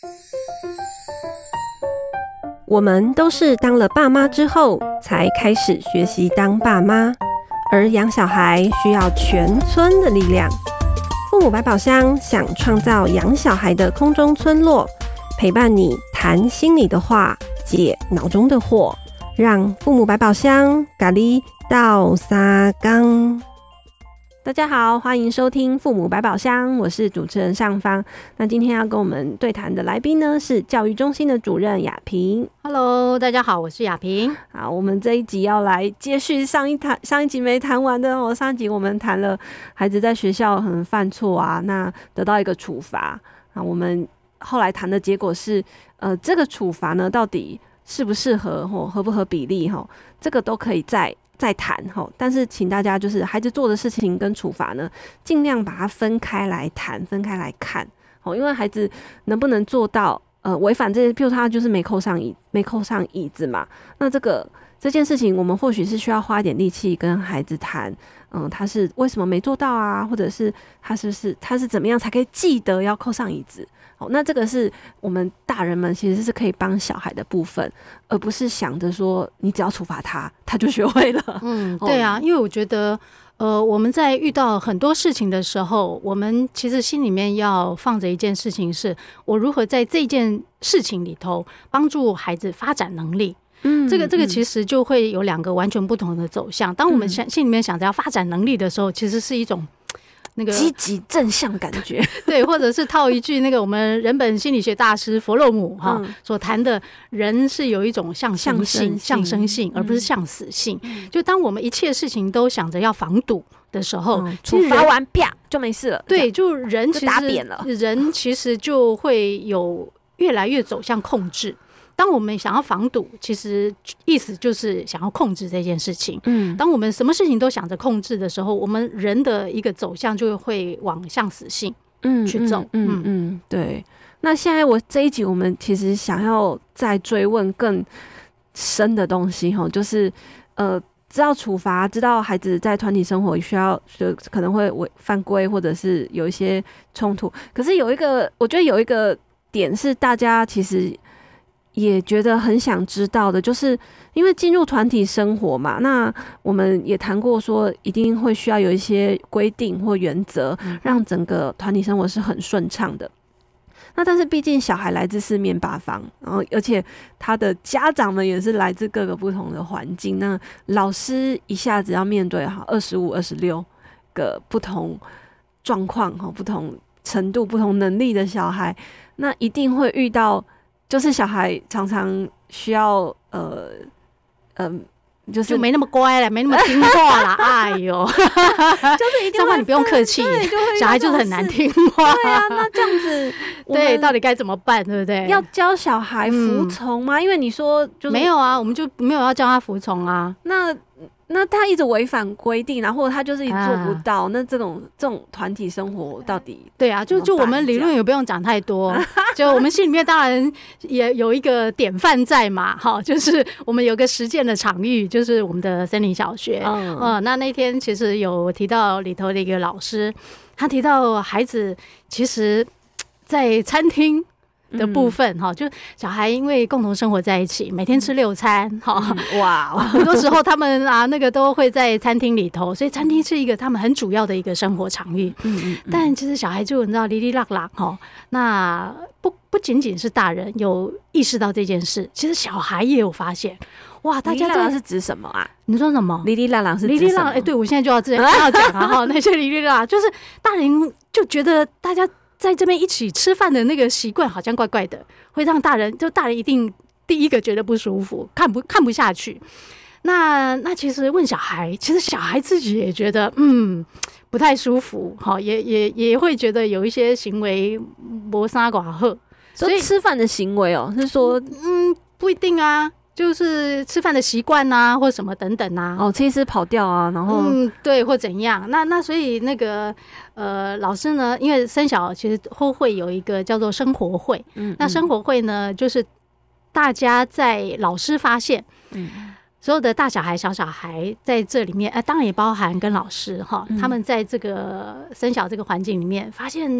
我们都是当了爸妈之后才开始学习当爸妈，而养小孩需要全村的力量。父母百宝箱想创造养小孩的空中村落，陪伴你谈心里的话，解脑中的惑，让父母百宝箱咖喱到沙缸。大家好，欢迎收听父母百宝箱，我是主持人尚方。那今天要跟我们对谈的来宾呢，是教育中心的主任雅萍。 Hello， 大家好，我是雅萍。 好，我们这一集要来接续上一集没谈完的哦。上一集我们谈了孩子在学校可能犯错啊，那得到一个处罚啊。我们后来谈的结果是，这个处罚呢，到底适不适合合不合比例这个都可以再谈但是请大家就是孩子做的事情跟处罚呢，尽量把它分开来谈，分开来看因为孩子能不能做到违反这些，譬如他就是没扣上椅子嘛，那这件事情我们或许是需要花一点力气跟孩子谈，他是为什么没做到啊，或者是他是怎么样才可以记得要扣上椅子。那这个是我们大人们其实是可以帮小孩的部分，而不是想着说你只要处罚他就学会了。 对啊，因为我觉得我们在遇到很多事情的时候，我们其实心里面要放着一件事情，是我如何在这件事情里头帮助孩子发展能力。这个其实就会有两个完全不同的走向。当我们心里面想着要发展能力的时候，其实是一种那个积极正向感觉对，或者是套一句那个我们人本心理学大师弗洛姆所谈的，人是有一种象生性而不是向死性。就当我们一切事情都想着要防堵的时候， 处罚完啪就没事了。 对，就人其实打扁了， 人其实就会有越来越走向控制。当我们想要防堵，其实意思就是想要控制这件事情。当我们什么事情都想着控制的时候，我们人的一个走向就会往向死性去走。 对。那现在这一集我们其实想要再追问更深的东西就是知道处罚，知道孩子在团体生活需要可能会犯规或者是有一些冲突，可是我觉得有一个点是大家其实也觉得很想知道的，就是因为进入团体生活嘛，那我们也谈过说一定会需要有一些规定或原则，让整个团体生活是很顺畅的。那但是毕竟小孩来自四面八方，然后而且他的家长们也是来自各个不同的环境，那老师一下子要面对25、26个不同状况、不同程度、不同能力的小孩，那一定会遇到。就是小孩常常需要就没那么乖了，没那么听话啦。哎呦， 就是一定会， 你不用客气，小孩就是很难听话。 对啊，那这样子， 对，到底该怎么办？对不对？ 要教小孩服从吗？因为你说就是没有啊，我们就没有要教他服从啊。 那他一直违反规定，然后他就是一做不到，那这种团体生活到底对啊，就我们理论也不用讲太多，就我们心里面当然也有一个典范在嘛，就是我们有个实践的场域，就是我们的森林小学。那天其实有提到里头的一个老师，他提到孩子其实在餐厅的部分就小孩因为共同生活在一起，每天吃6餐哇， 很多时候他们那个都会在餐厅里头，所以餐厅是一个他们很主要的一个生活场域。但其实小孩就你知道哩哩啦啦那不仅仅是大人有意识到这件事，其实小孩也有发现。哇，大家哩哩啦啦是指什么啊？ 你说什么？ 哩哩啦啦是指什么？ 对，我现在就要讲那些哩哩啦啦，就是大人就觉得大家在这边一起吃饭的那个习惯好像怪怪的，会让大人一定第一个觉得不舒服，看不下去。那其实问小孩，其实小孩自己也觉得不太舒服，也会觉得有一些行为没啥寡好。 所以吃饭的行为是说不一定啊。就是吃饭的习惯啊，或什么等等啊， 吃一吃跑掉啊，然后对，或怎样，那所以那个老师呢，因为生小其实会有一个叫做生活会，那生活会呢，就是大家在老师发现，所有的大小孩、小小孩在这里面，当然也包含跟老师他们在这个生小这个环境里面，发现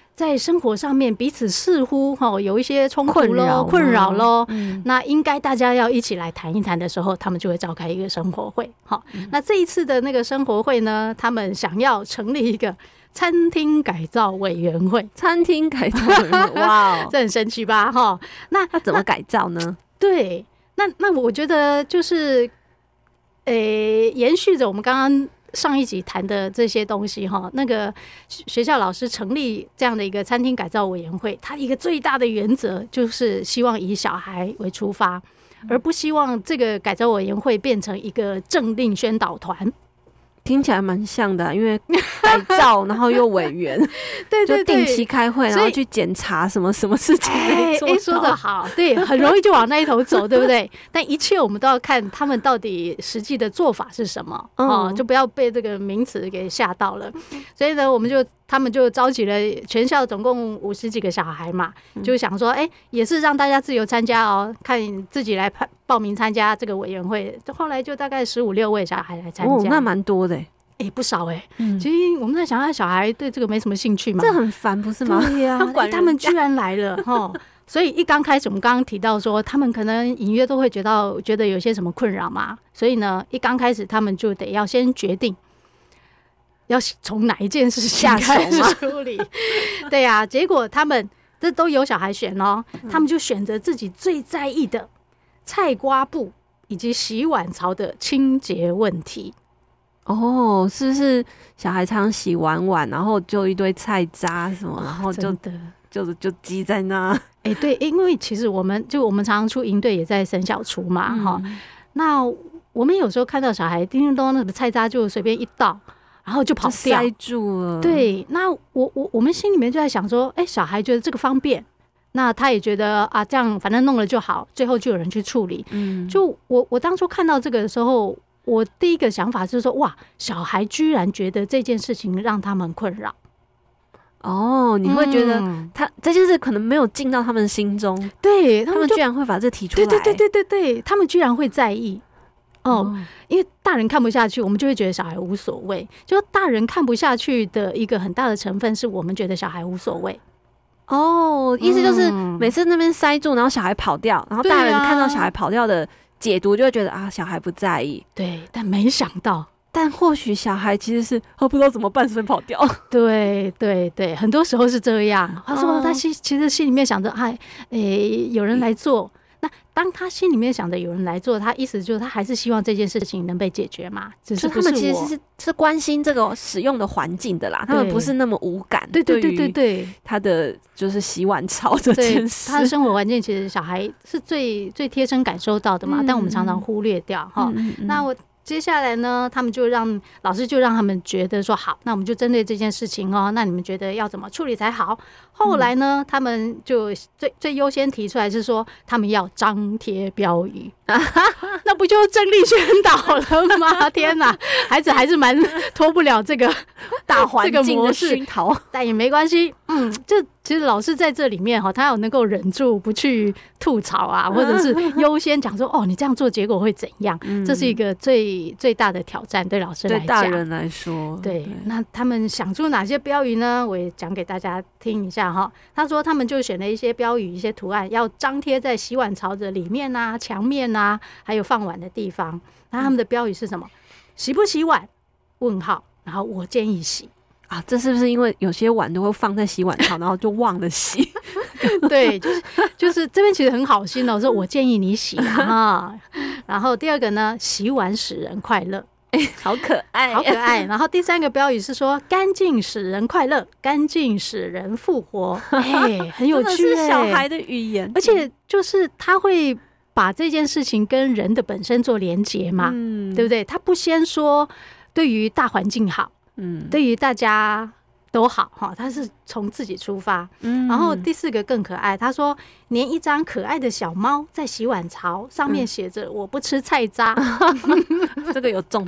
在生活上面彼此似乎有一些冲突咯、困扰咯，那应该大家要一起来谈一谈的时候，他们就会召开一个生活会。那这一次的那个生活会呢，他们想要成立一个餐厅改造委员会。 餐厅改造委员会，哇， 这很神奇吧？那怎么改造呢？ 对，那我觉得就是延续着我们刚刚上一集谈的这些东西那个学校老师成立这样的一个餐厅改造委员会，它一个最大的原则就是希望以小孩为出发，而不希望这个改造委员会变成一个政令宣导团。 听起来蛮像的，因为改造然后又委员对对对， 就定期开会，然后去检查什么事情没做到。 说得好，对，很容易就往那一头走，对不对？但一切我们都要看他们到底实际的做法是什么，就不要被这个名词给吓到了。所以呢，他们就召集了全校总共50几个小孩嘛，就想说，也是让大家自由参加哦，看自己来报名参加这个委员会。后来就大概15、16位小孩来参加， 那蛮多的。 不少其实我们在想，小孩对这个没什么兴趣嘛， 这很烦不是吗？ 对呀，他们居然来了所以一刚开始我们刚刚提到说，他们可能隐约都会觉得有些什么困扰嘛，所以呢，一刚开始他们就得要先决定要从哪一件事情开始处理。对呀，结果他们这都由小孩选他们就选择自己最在意的菜瓜布以及洗碗槽的清洁问题。 是不是小孩常洗完碗，然后就一堆菜渣什么，然后就积在那？ 对，因为其实我们常常出营队也在省小厨嘛，那我们有时候看到小孩叮叮咚那个菜渣就随便一倒，然后就跑掉， 塞住了。对， 那我们心里面就在想说，小孩觉得这个方便，那他也觉得这样反正弄了就好，最后就有人去处理。就我当初看到这个的时候，我第一个想法是说，哇，小孩居然觉得这件事情让他们困扰。 你会觉得这件事可能没有进到他们心中， 对， 他们居然会把这提出来， 对，他们居然会在意。因为大人看不下去，我们就会觉得小孩无所谓。就大人看不下去的一个很大的成分，是我们觉得小孩无所谓。 意思就是每次那边塞住，然后小孩跑掉，然后大人看到小孩跑掉的解读，就会觉得小孩不在意。 对，但或许小孩其实是不知道怎么办，所以跑掉。 对，很多时候是这样。他说他其实心里面想着，有人来做。那当他心里面想着有人来做，他意思就是他还是希望这件事情能被解决嘛。只是他们其实是关心这个使用的环境的啦，他们不是那么无感。 对，他的就是洗碗槽这件事， 他的生活环境其实小孩是最贴身感受到的嘛，但我们常常忽略掉那我接下来呢，他们就让老师让他们觉得说，好，那我们就针对这件事情那你们觉得要怎么处理才好？后来呢，他们就最优先提出来是说，他们要张贴标语那不就政令宣导了吗？天哪，孩子还是蛮脱不了这个大环境的熏陶， 但也没关系。其实老师在这里面他有能够忍住不去吐槽或者是优先讲说你这样做结果会怎样，这是一个最大的挑战，对老师来讲， 对大人来说。 对，那他们想出哪些标语呢？我也讲给大家听一下他说他们就选了一些标语，一些图案要张贴在洗碗槽的里面墙面还有放碗的地方。那他们的标语是什么？洗不洗碗？问号，然后我建议洗。 这是不是因为有些碗都会放在洗碗槽，然后就忘了洗？ 对，就是这边其实很好心的，我说我建议你洗然后第二个呢，洗碗使人快乐。 好可爱， 好可爱。然后第三个标语是说，干净使人快乐，干净使人复活。很有趣， 真的是小孩的语言， 而且就是他会把这件事情跟人的本身做连结嘛，对不对？他不先说对于大环境好，对于大家都好他是从自己出发。然后第四个更可爱，他说粘一张可爱的小猫在洗碗槽，上面写着我不吃菜渣。 这个有中，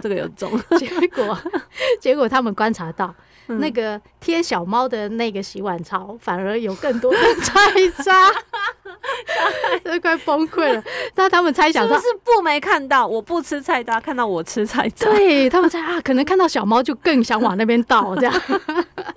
结果他们观察到那个贴小猫的那个洗碗槽反而有更多的菜渣，都快崩溃了。那他们猜想说， 是不是布没看到我不吃菜渣，看到我吃菜渣？ 对，他们猜可能看到小猫就更想往那边倒，这样。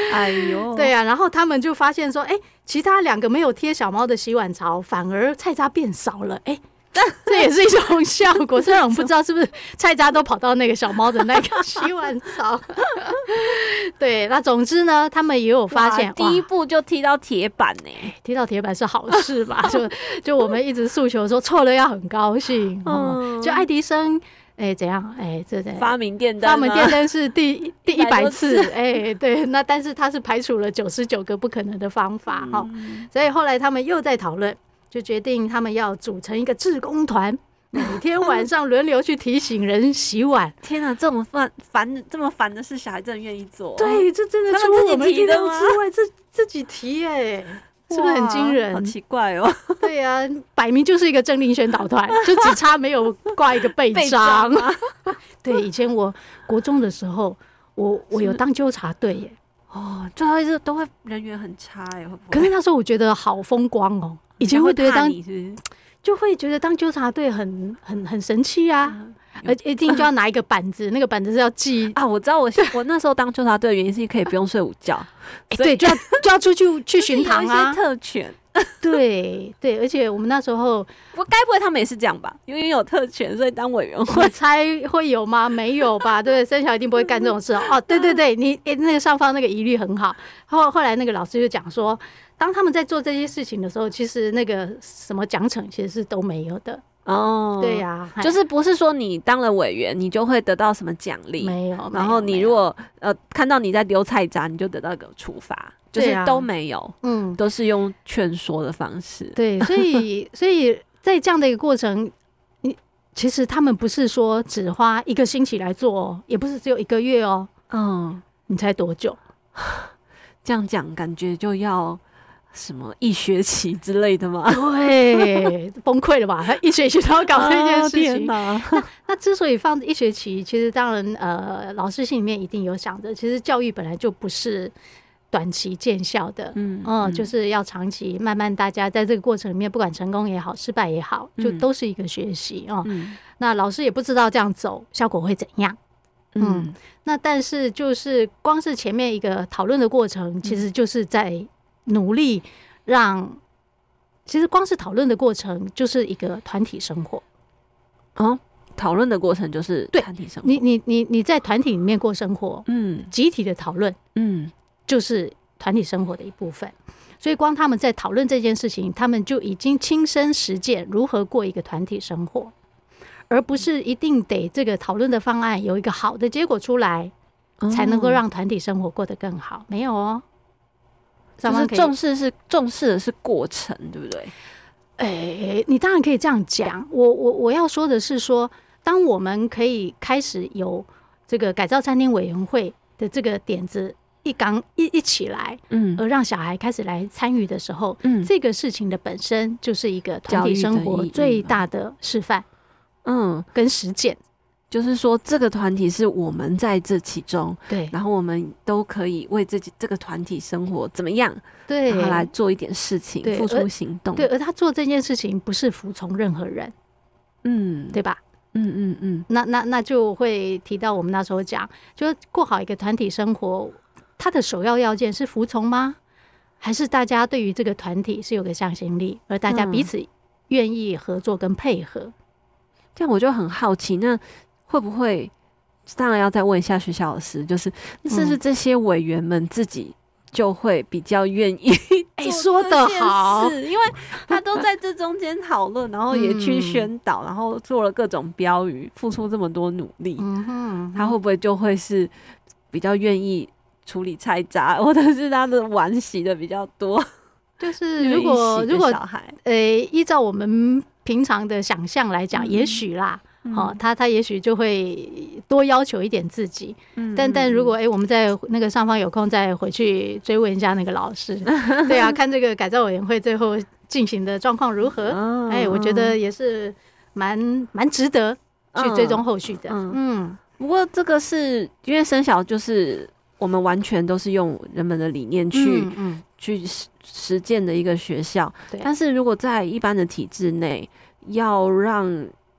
哎呦， 对啊，然后他们就发现说，其他2个没有贴小猫的洗碗槽，反而菜渣变少了，这也是一种效果。虽然我们不知道是不是菜渣都跑到那个小猫的那个洗碗槽。对，那总之呢，他们也有发现， 第一步就踢到铁板呢， 踢到铁板是好事吧？就我们一直诉求说错了要很高兴。就爱迪生。怎样？这发明电灯是第100次。对，那但是他是排除了99个不可能的方法。所以后来他们又在讨论。就决定他们要组成一个志工团，每天晚上轮流去提醒人洗碗。 天啊，这么烦的事，小孩真的愿意做？ 对，这真的出乎我们意料之外，自己提耶，是不是很惊人？ 好奇怪哦。 对呀，摆明就是一个政令宣导团，就只差没有挂一个背章。对，以前我国中的时候，我有当纠察队耶。 最后一次都会人缘很差耶，会不会？ 可是那时候我觉得好风光哦。以前会觉得就会觉得当纠察队很神气啊，而一定就要拿一个板子，那个板子是要记啊。我知道我那时候当纠察队的原因是可以不用睡午觉， 对，就要出去巡堂啊， 有一些特权。 对，而且我们那时候， 该不会他们也是这样吧？因为有特权，所以当委员会。 我猜会有吗？没有吧？对，生小一定不会干这种事哦。对，你那个上方那个疑虑很好。后来那个老师就讲说，当他们在做这些事情的时候，其实那个什么奖惩其实是都没有的。对呀， 就是不是说你当了委员，你就会得到什么奖励？ 没有。 然后你如果看到你在丢菜渣，你就得到一个处罚。就是都没有，都是用劝说的方式。 对，所以在这样的一个过程，其实他们不是说只花1个星期来做哦，也不是只有1个月哦。你猜多久？ 这样讲感觉就要什么1学期之类的吗？ 对，崩溃了吧？1学期都要搞这件事情。那之所以放1学期，其实当然老师心里面一定有想着，其实教育本来就不是短期见效的，就是要长期慢慢，大家在这个过程里面，不管成功也好，失败也好，就都是一个学习哦。那老师也不知道这样走效果会怎样，那但是就是光是前面一个讨论的过程，其实就是在努力让，其实光是讨论的过程就是一个团体生活。 讨论的过程就是团体生活。 你在团体里面过生活，集体的讨论，就是团体生活的一部分。所以光他们在讨论这件事情，他们就已经亲身实践如何过一个团体生活，而不是一定得这个讨论的方案有一个好的结果出来，才能够让团体生活过得更好。没有哦， 就是重视的是过程，对不对？ 你当然可以这样讲。我要说的是说，当我们可以开始有这个改造餐厅委员会的这个点子一起来，而让小孩开始来参与的时候，这个事情的本身就是一个团体生活最大的示范，跟实践。 就是说，这个团体是我们在这其中， 对， 然后我们都可以为自己这个团体生活怎么样， 对， 然后来做一点事情，付出行动， 对，而他做这件事情不是服从任何人，对吧？那就会提到我们那时候讲，就过好一个团体生活，它的首要件是服从吗？还是大家对于这个团体是有个向心力，而大家彼此愿意合作跟配合？ 这样我就很好奇，那会不会？当然要再问一下学校老师，就是是不是这些委员们自己就会比较愿意说得好， 因为他都在这中间讨论，然后也去宣导，然后做了各种标语，付出这么多努力，他会不会就会是比较愿意处理菜渣，或者是他的碗洗的比较多？ 就是如果小孩依照我们平常的想象来讲，也许啦。他也许就会多要求一点自己，但如果我们在那个上方有空再回去追问一下那个老师，对啊，看这个改造委员会最后进行的状况如何，我觉得也是蛮值得去追踪后续的。 不过这个是因为生小就是我们完全都是用人们的理念去实践的一个学校，但是如果在一般的体制内要让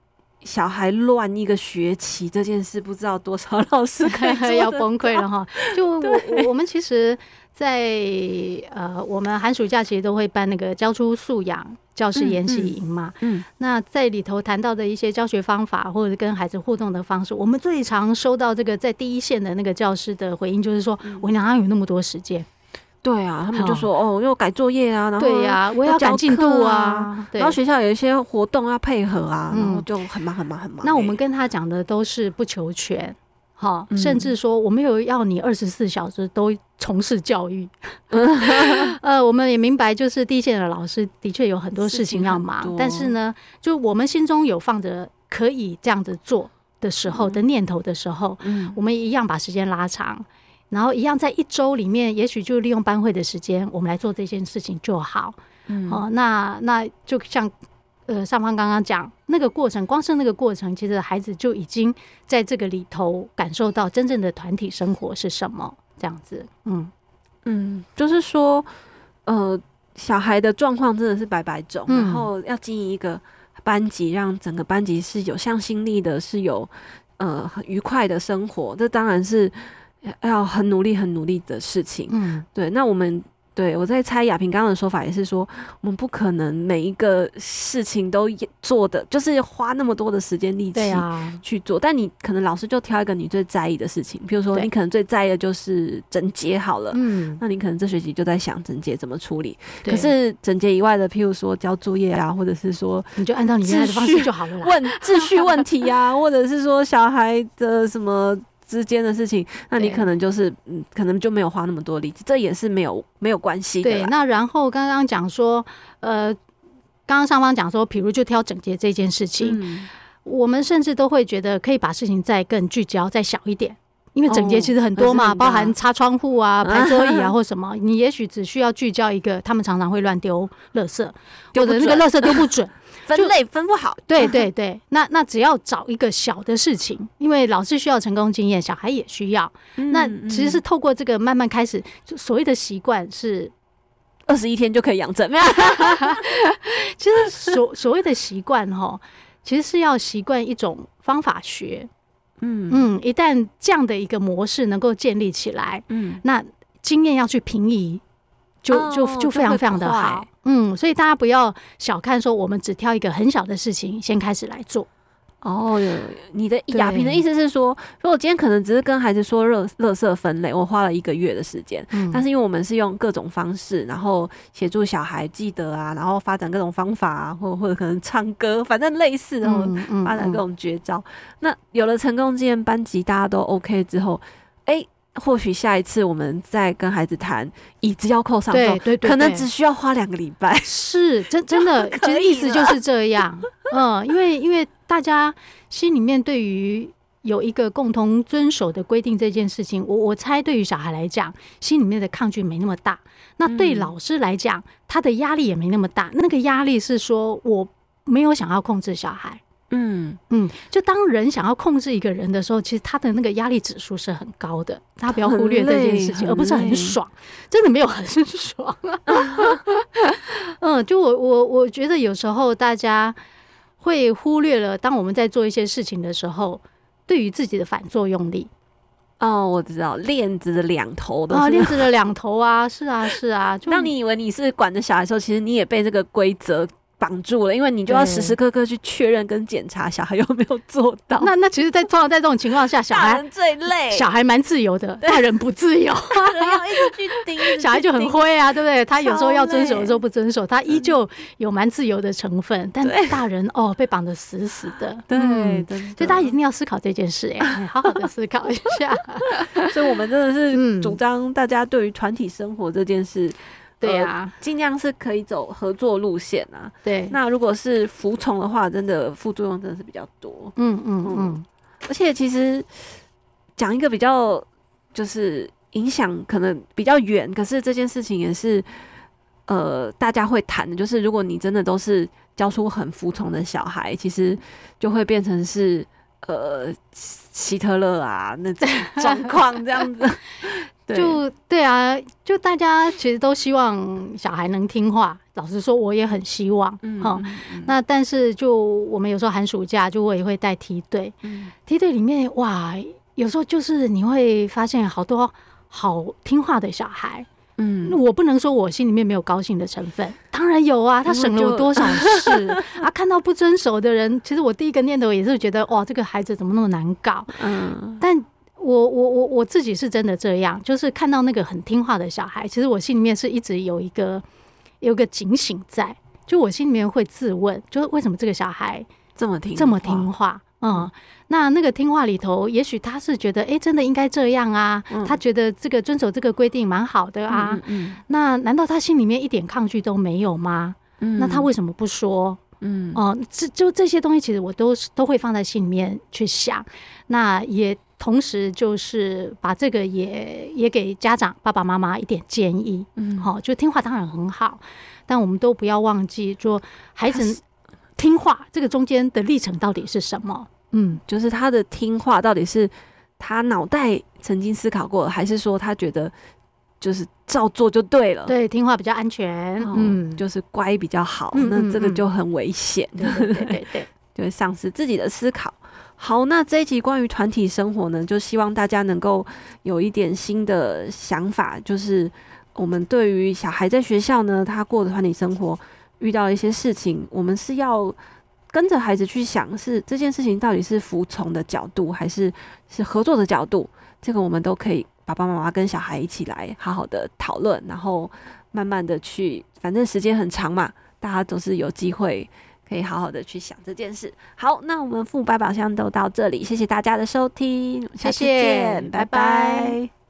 小孩乱一个学期这件事，不知道多少老师可以要崩溃了哈。就我们其实在我们寒暑假其实都会办那个教出素养教师研习营嘛，那在里头谈到的一些教学方法或者跟孩子互动的方式，我们最常收到这个在第一线的那个教师的回应就是说，我哪有那么多时间？ 对啊，他们就说又改作业啊，然后对呀，我也要赶进度啊， 然后学校有一些活动要配合啊，然后就很忙。 那我们跟他讲的都是不求全，甚至说我们有要你24小时都从事教育。我们也明白，就是第一线的老师的确有很多事情要忙，但是呢，就我们心中有放着可以这样子做的时候的念头的时候，我们一样把时间拉长。然后一样在1周里面，也许就利用班会的时间，我们来做这件事情就好。那就像上方刚刚讲那个过程，光是那个过程，其实孩子就已经在这个里头感受到真正的团体生活是什么，这样子。 就是说，小孩的状况真的是百百种，然后要经营一个班级，让整个班级是有向心力的，是有很愉快的生活，这当然是要很努力的事情。对，那我在猜亚萍刚刚的说法也是说，我们不可能每一个事情都做的，就是花那么多的时间力气去做。但你可能老师就挑一个你最在意的事情，比如说你可能最在意的就是整洁好了，那你可能这学期就在想整洁怎么处理。可是整洁以外的，譬如说交作业啊，或者是说你就按照你原来的方式就好了啦。 秩序问题啊，或者是说小孩的什么之间的事情，那你可能就是可能就没有花那么多力气，这也是没有关系的。 对，那然后刚刚讲说，刚刚上方讲说，比如就挑整洁这件事情，我们甚至都会觉得可以把事情再更聚焦，再小一点。因为整洁其实很多嘛，包含擦窗户啊、排桌椅啊或什么，你也许只需要聚焦一个，他们常常会乱丢垃圾，或者那个垃圾丢不准。 分类分不好， 对，那只要找一个小的事情，因为老师需要成功经验，小孩也需要。那其实是透过这个慢慢开始，就所谓的习惯是 21天就可以养成。 其实所谓的习惯其实是要习惯一种方法学。一旦这样的一个模式能够建立起来，那经验要去平移。就非常非常的好，所以大家不要小看说我们只挑一个很小的事情先开始来做。 你的亚萍的意思是说，如果今天可能只是跟孩子说垃圾分类，我花了1个月的时间，但是因为我们是用各种方式，然后协助小孩记得啊，然后发展各种方法啊，或者可能唱歌，反正类似，然后发展各种绝招。那有了成功经验，班级大家都 OK 之后，或许下一次我们再跟孩子谈椅子要扣上的时候，对，可能只需要花2个礼拜。 是真的，其实意思就是这样。因为大家心里面对于有一个共同遵守的规定这件事情，我猜对于小孩来讲，心里面的抗拒没那么大。那对老师来讲，他的压力也没那么大。那个压力是说我没有想要控制小孩。就当人想要控制一个人的时候，其实他的那个压力指数是很高的，大家不要忽略这件事情，而不是很爽，真的没有很爽。就我觉得有时候大家会忽略了，当我们在做一些事情的时候，对于自己的反作用力。 我知道链子的2头的链子的2头啊，是啊。 当你以为你是管着小孩的时候，其实你也被这个规则绑住了，因为你就要时时刻刻去确认跟检查小孩有没有做到。 那其实通常在这种情况下，小孩大人最累， 小孩蛮自由的，大人不自由， 大人要一直去盯， 小孩就很灰啊，对不对？他有时候要遵守，有时候不遵守，他依旧有蛮自由的成分，但大人被绑得死死的。 对， 所以大家一定要思考这件事，好好的思考一下。 所以我们真的是主张大家对于团体生活这件事。 对啊， 尽量是可以走合作路线啊。 对， 那如果是服从的话，真的副作用真的是比较多。而且其实讲一个比较就是影响可能比较远，可是这件事情也是大家会谈的，就是如果你真的都是教出很服从的小孩，其实就会变成是希特勒啊那种状况这样子。 就对啊，就大家其实都希望小孩能听话。老实说，我也很希望。那但是就我们有时候寒暑假，就我也会带梯队。梯队里面哇，有时候就是你会发现好多好听话的小孩。我不能说我心里面没有高兴的成分，当然有啊，他省了我多少事啊！看到不遵守的人，其实我第一个念头也是觉得，哇，这个孩子怎么那么难搞？但我自己是真的这样，就是看到那个很听话的小孩，其实我心里面是一直有一个警醒在，就我心里面会自问，就是为什么这个小孩这么听话？那个听话里头，也许他是觉得，真的应该这样啊，他觉得这个遵守这个规定蛮好的啊，那难道他心里面一点抗拒都没有吗？那他为什么不说？就这些东西，其实我都会放在心里面去想，那也同时就是把这个也给家长爸爸妈妈一点建议，就听话当然很好，但我们都不要忘记说孩子听话这个中间的历程到底是什么？ 就是他的听话到底是他脑袋曾经思考过，还是说他觉得就是照做就对了？ 对，听话比较安全， 就是乖比较好。那这个就很危险， 对， 就会丧失自己的思考。好，那这一集关于团体生活呢，就希望大家能够有一点新的想法，就是我们对于小孩在学校呢，他过的团体生活遇到一些事情，我们是要跟着孩子去想，是这件事情到底是服从的角度，还是合作的角度？这个我们都可以爸爸妈妈跟小孩一起来好好的讨论，然后慢慢的去，反正时间很长嘛，大家都是有机会可以好好的去想这件事。好，那我们父百宝箱都到这里，谢谢大家的收听，下次见，拜拜。